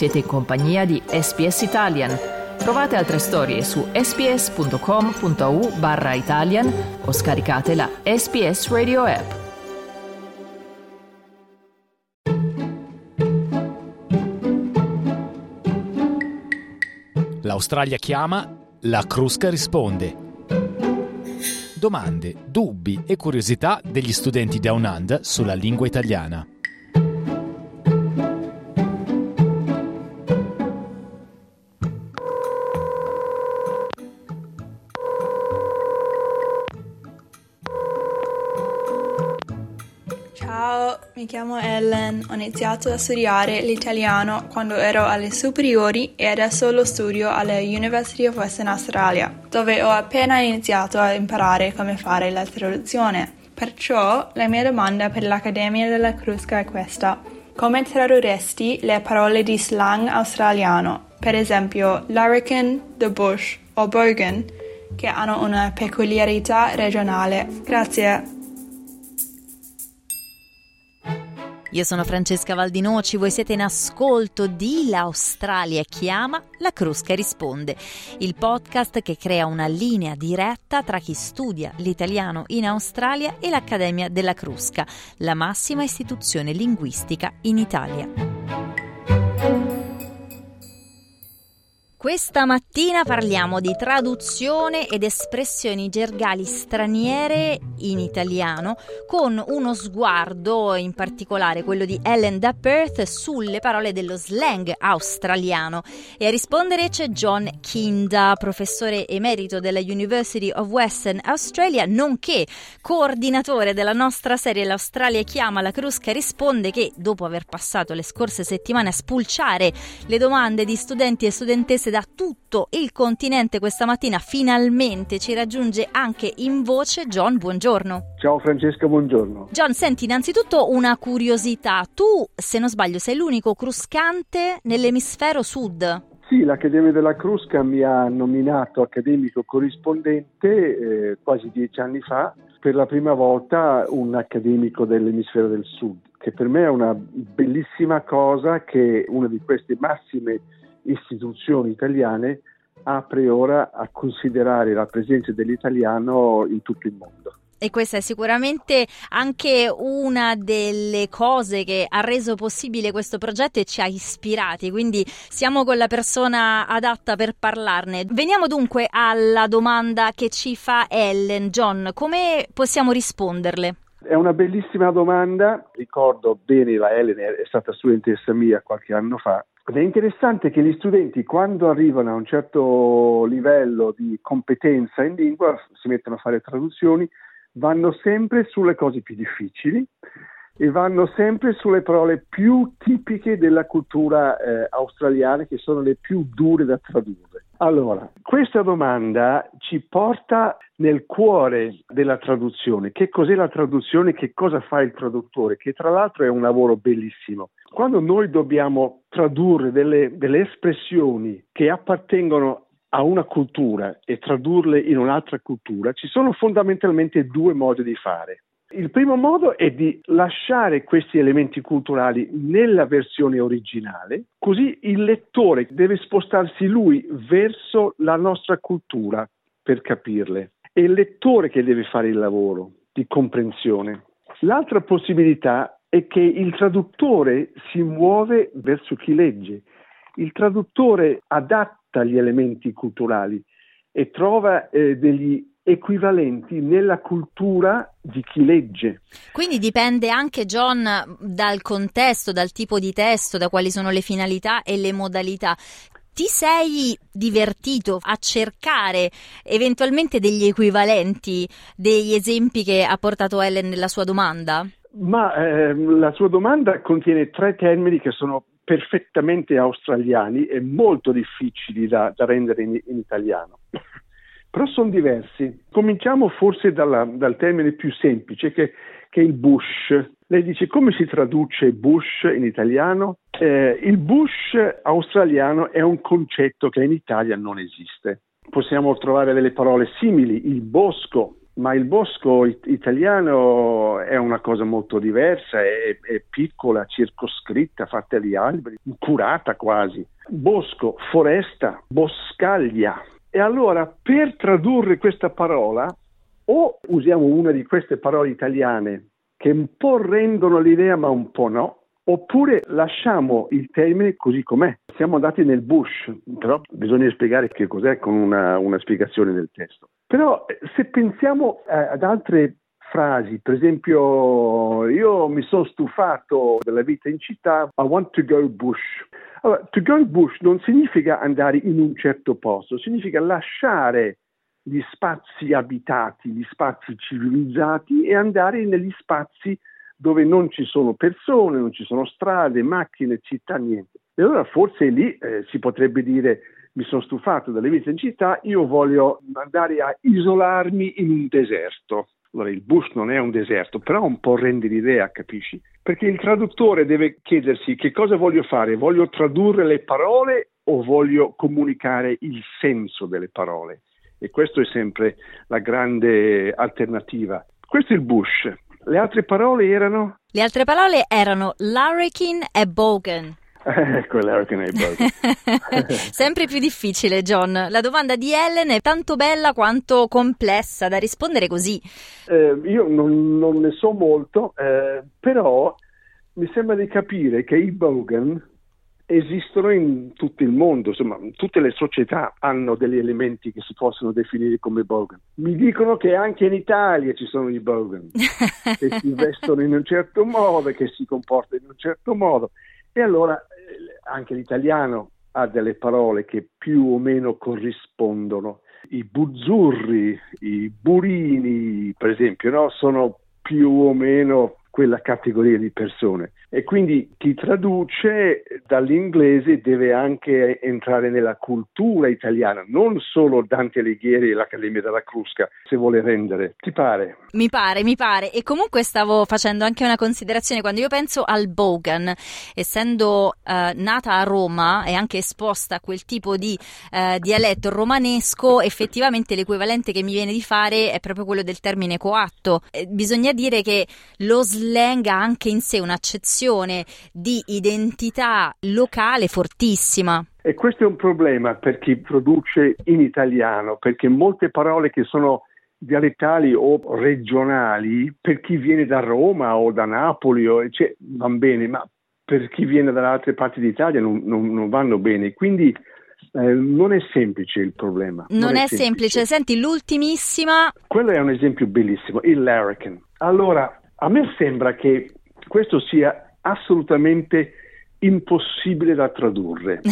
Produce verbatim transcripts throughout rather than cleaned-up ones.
Siete in compagnia di S B S Italian. Trovate altre storie su sbs.com.au barra Italian o scaricate la S B S Radio app. L'Australia chiama, la Crusca risponde. Domande, dubbi e curiosità degli studenti Down Under sulla lingua italiana. Ciao, mi chiamo Ellen, ho iniziato a studiare l'italiano quando ero alle superiori e adesso lo studio alla University of Western Australia, dove ho appena iniziato a imparare come fare la traduzione. Perciò la mia domanda per l'Accademia della Crusca è questa: come tradurresti le parole di slang australiano, per esempio larrikin, the bush o bogan, che hanno una peculiarità regionale? Grazie. Io sono Francesca Valdinoci, voi siete in ascolto di L'Australia chiama, la Crusca risponde, il podcast che crea una linea diretta tra chi studia l'italiano in Australia e l'Accademia della Crusca, la massima istituzione linguistica in Italia. Questa mattina parliamo di traduzione ed espressioni gergali straniere in italiano, con uno sguardo, in particolare quello di Ellen da Perth, sulle parole dello slang australiano. E a rispondere c'è John Kinda, professore emerito della University of Western Australia, nonché coordinatore della nostra serie L'Australia chiama, la Crusca risponde, che dopo aver passato le scorse settimane a spulciare le domande di studenti e studentesse da tutto il continente, questa mattina finalmente ci raggiunge anche in voce. John, buongiorno. Ciao Francesca, buongiorno. John, senti, innanzitutto una curiosità. Tu, se non sbaglio, sei l'unico cruscante nell'emisfero sud. Sì, l'Accademia della Crusca mi ha nominato accademico corrispondente eh, quasi dieci anni fa, per la prima volta un accademico dell'emisfero del sud, che per me è una bellissima cosa che una di queste massime istituzioni italiane apre ora a considerare la presenza dell'italiano in tutto il mondo. E questa è sicuramente anche una delle cose che ha reso possibile questo progetto e ci ha ispirati, quindi siamo con la persona adatta per parlarne. Veniamo dunque alla domanda che ci fa Ellen. John, come possiamo risponderle? È una bellissima domanda, ricordo bene, la Ellen è stata studentessa mia qualche anno fa. Ed è interessante che gli studenti, quando arrivano a un certo livello di competenza in lingua, si mettono a fare traduzioni, vanno sempre sulle cose più difficili e vanno sempre sulle parole più tipiche della cultura eh, australiana, che sono le più dure da tradurre. Allora, questa domanda ci porta nel cuore della traduzione. Che cos'è la traduzione? Che cosa fa il traduttore? Che tra l'altro è un lavoro bellissimo. Quando noi dobbiamo tradurre delle, delle espressioni che appartengono a una cultura e tradurle in un'altra cultura, ci sono fondamentalmente due modi di fare. Il primo modo è di lasciare questi elementi culturali nella versione originale, così il lettore deve spostarsi lui verso la nostra cultura per capirle. È il lettore che deve fare il lavoro di comprensione. L'altra possibilità è che il traduttore si muove verso chi legge. Il traduttore adatta gli elementi culturali e trova eh, degli equivalenti nella cultura di chi legge. Quindi dipende anche, John, dal contesto, dal tipo di testo, da quali sono le finalità e le modalità. Ti sei divertito a cercare eventualmente degli equivalenti, degli esempi che ha portato Ellen nella sua domanda? Ma eh, la sua domanda contiene tre termini che sono perfettamente australiani e molto difficili da, da rendere in, in italiano. Però sono diversi. Cominciamo forse dalla, dal termine più semplice, che, che è il bush. Lei dice: come si traduce bush in italiano? Eh, il bush australiano è un concetto che in Italia non esiste. Possiamo trovare delle parole simili, il bosco, ma il bosco it- italiano è una cosa molto diversa, è, è piccola, circoscritta, fatta di alberi, curata quasi. Bosco, foresta, boscaglia. E allora, per tradurre questa parola, o usiamo una di queste parole italiane che un po' rendono l'idea ma un po' no, oppure lasciamo il termine così com'è. Siamo andati nel bush, però bisogna spiegare che cos'è con una, una spiegazione del testo. Però se pensiamo eh, ad altre frasi, per esempio, io mi sono stufato della vita in città, I want to go bush. Allora, to go bush non significa andare in un certo posto, significa lasciare gli spazi abitati, gli spazi civilizzati e andare negli spazi dove non ci sono persone, non ci sono strade, macchine, città, niente. E allora forse lì eh, si potrebbe dire mi sono stufato delle vite in città, io voglio andare a isolarmi in un deserto. Allora il bush non è un deserto, però un po' rende l'idea, capisci? Perché il traduttore deve chiedersi che cosa voglio fare, voglio tradurre le parole o voglio comunicare il senso delle parole? E questo è sempre la grande alternativa. Questo è il bush. Le altre parole erano? Le altre parole erano larrikin e bogan. Ecco, larrikin e bogan. Sempre più difficile, John. La domanda di Ellen è tanto bella quanto complessa da rispondere così. Eh, io non, non ne so molto, eh, però mi sembra di capire che i bogan esistono in tutto il mondo, insomma, tutte le società hanno degli elementi che si possono definire come bogan. Mi dicono che anche in Italia ci sono i bogan, che si vestono in un certo modo, che si comportano in un certo modo, e allora eh, anche l'italiano ha delle parole che più o meno corrispondono. I buzzurri, i burini, per esempio, no? Sono più o meno quella categoria di persone. E quindi chi traduce dall'inglese deve anche entrare nella cultura italiana, non solo Dante Alighieri e l'Accademia della Crusca, se vuole rendere. Ti pare? Mi pare, mi pare. E comunque stavo facendo anche una considerazione quando io penso al bogan, essendo eh, nata a Roma e anche esposta a quel tipo di eh, dialetto romanesco, effettivamente l'equivalente che mi viene di fare è proprio quello del termine coatto. Eh, bisogna dire che lo slang ha anche in sé un'accezione di identità locale fortissima. E questo è un problema per chi produce in italiano, perché molte parole che sono dialettali o regionali, per chi viene da Roma o da Napoli, o, cioè, van bene, ma per chi viene da altre parti d'Italia non, non, non vanno bene. Quindi eh, non è semplice il problema. Non, non è, è semplice. semplice. Senti, l'ultimissima... Quello è un esempio bellissimo, il larrikin. Allora, a me sembra che questo sia assolutamente impossibile da tradurre.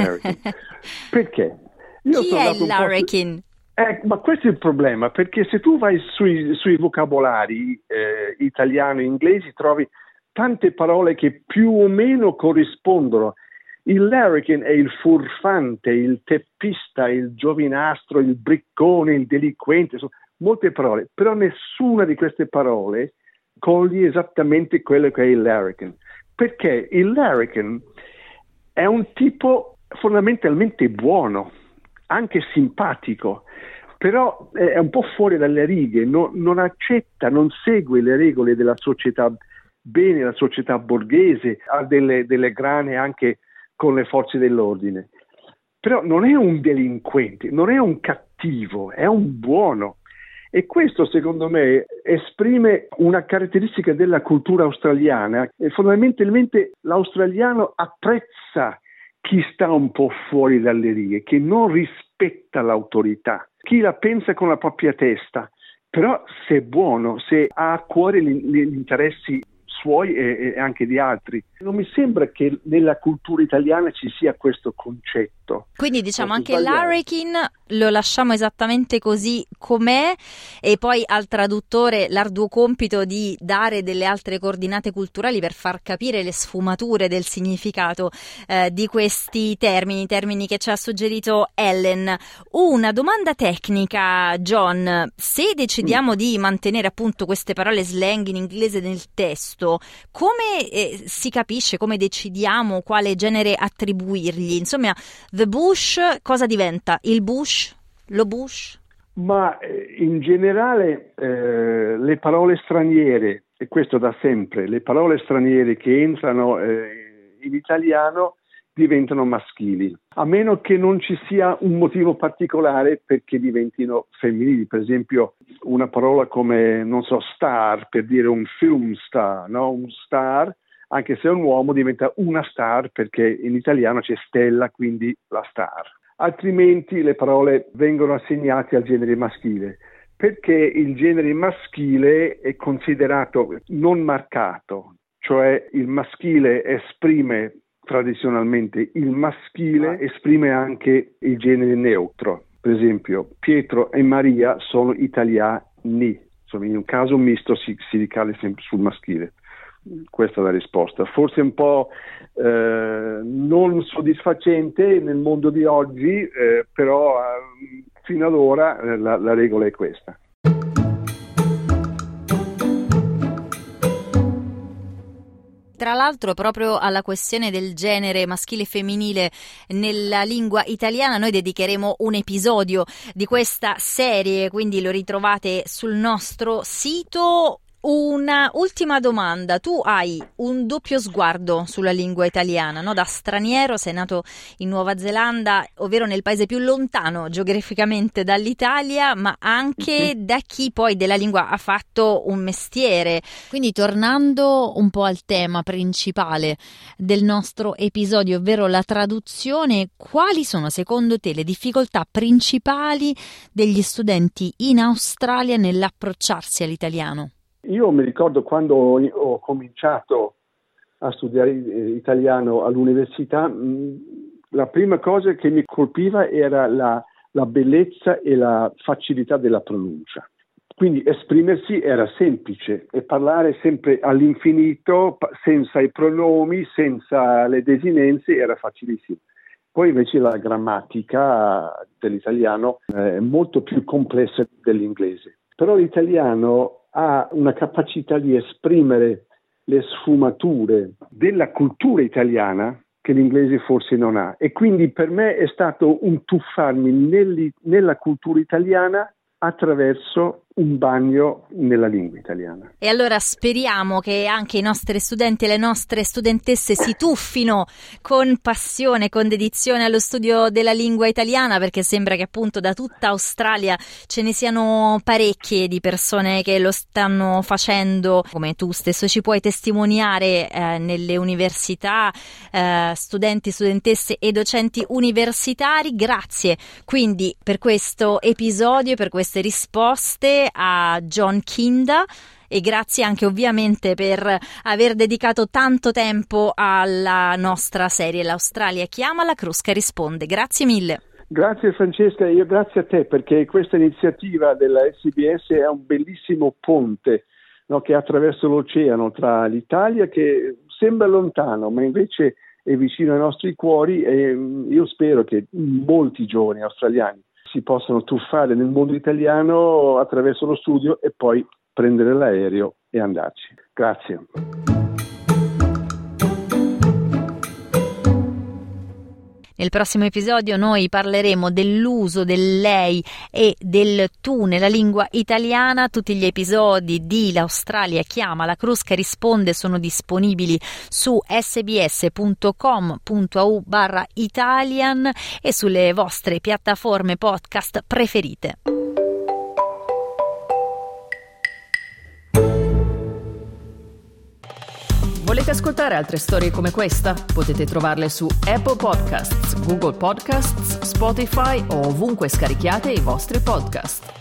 Perché? Io Chi sono è andato un po' larrikin? su... eh, ma questo è il problema, perché se tu vai sui, sui vocabolari eh, italiano e inglesi trovi tante parole che più o meno corrispondono. Il larrikin è il furfante, il teppista, il giovinastro, il briccone, il delinquente, insomma, molte parole, però nessuna di queste parole coglie esattamente quello che è il larrikin, perché il larrikin è un tipo fondamentalmente buono, anche simpatico, però è un po' fuori dalle righe, no, non accetta, non segue le regole della società bene, la società borghese, ha delle, delle grane anche con le forze dell'ordine, però non è un delinquente, non è un cattivo, è un buono. E questo, secondo me, esprime una caratteristica della cultura australiana. E fondamentalmente l'australiano apprezza chi sta un po' fuori dalle righe, che non rispetta l'autorità, chi la pensa con la propria testa, però se è buono, se ha a cuore gli, gli interessi suoi e, e anche di altri. Non mi sembra che nella cultura italiana ci sia questo concetto. Quindi diciamo anche larrikin lo lasciamo esattamente così com'è e poi al traduttore l'arduo compito di dare delle altre coordinate culturali per far capire le sfumature del significato eh, di questi termini, termini che ci ha suggerito Ellen. Una domanda tecnica, John: se decidiamo mm. di mantenere appunto queste parole slang in inglese nel testo, come eh, si capisce, come decidiamo quale genere attribuirgli? Insomma, the bush cosa diventa? Il bush? Lo bush? Ma eh, in generale eh, le parole straniere, e questo da sempre, le parole straniere che entrano eh, in italiano diventano maschili, a meno che non ci sia un motivo particolare perché diventino femminili. Per esempio una parola come, non so, star, per dire un film star, no? Un star, anche se è un uomo, diventa una star perché in italiano c'è stella, quindi la star. Altrimenti le parole vengono assegnate al genere maschile, perché il genere maschile è considerato non marcato, cioè il maschile esprime tradizionalmente il maschile, esprime anche il genere neutro. Per esempio Pietro e Maria sono italiani, insomma in un caso misto si, si ricade sempre sul maschile. Questa è la risposta, forse un po' eh, non soddisfacente nel mondo di oggi, eh, però eh, fino ad ora eh, la, la regola è questa. Tra l'altro, proprio alla questione del genere maschile e femminile nella lingua italiana noi dedicheremo un episodio di questa serie, quindi lo ritrovate sul nostro sito. Una ultima domanda: tu hai un doppio sguardo sulla lingua italiana, no? Da straniero, sei nato in Nuova Zelanda, ovvero nel paese più lontano geograficamente dall'Italia, ma anche da chi poi della lingua ha fatto un mestiere. Quindi, tornando un po' al tema principale del nostro episodio, ovvero la traduzione, quali sono secondo te le difficoltà principali degli studenti in Australia nell'approcciarsi all'italiano? Io mi ricordo quando ho cominciato a studiare italiano all'università, la prima cosa che mi colpiva era la, la bellezza e la facilità della pronuncia. Quindi esprimersi era semplice e parlare sempre all'infinito, senza i pronomi, senza le desinenze, era facilissimo. Poi invece la grammatica dell'italiano è molto più complessa dell'inglese. Però l'italiano ha una capacità di esprimere le sfumature della cultura italiana che l'inglese forse non ha, e quindi per me è stato un tuffarmi nelli, nella cultura italiana attraverso un bagno nella lingua italiana. E allora speriamo che anche i nostri studenti e le nostre studentesse si tuffino con passione, con dedizione allo studio della lingua italiana, perché sembra che appunto da tutta Australia ce ne siano parecchie di persone che lo stanno facendo, come tu stesso ci puoi testimoniare eh, nelle università, eh, studenti, studentesse e docenti universitari. Grazie quindi per questo episodio, per queste risposte a John Kinda, e grazie anche ovviamente per aver dedicato tanto tempo alla nostra serie L'Australia chiama, la Crusca risponde. Grazie mille. Grazie Francesca, io grazie a te, perché questa iniziativa della S B S è un bellissimo ponte, no, che attraverso l'oceano tra l'Italia, che sembra lontano ma invece è vicino ai nostri cuori, e io spero che molti giovani australiani si possano tuffare nel mondo italiano attraverso lo studio e poi prendere l'aereo e andarci. Grazie. Nel prossimo episodio noi parleremo dell'uso del lei e del tu nella lingua italiana. Tutti gli episodi di L'Australia chiama, la Crusca risponde sono disponibili su sbs.com.au barra Italian e sulle vostre piattaforme podcast preferite. Volete ascoltare altre storie come questa? Potete trovarle su Apple Podcasts, Google Podcasts, Spotify o ovunque scarichiate i vostri podcast.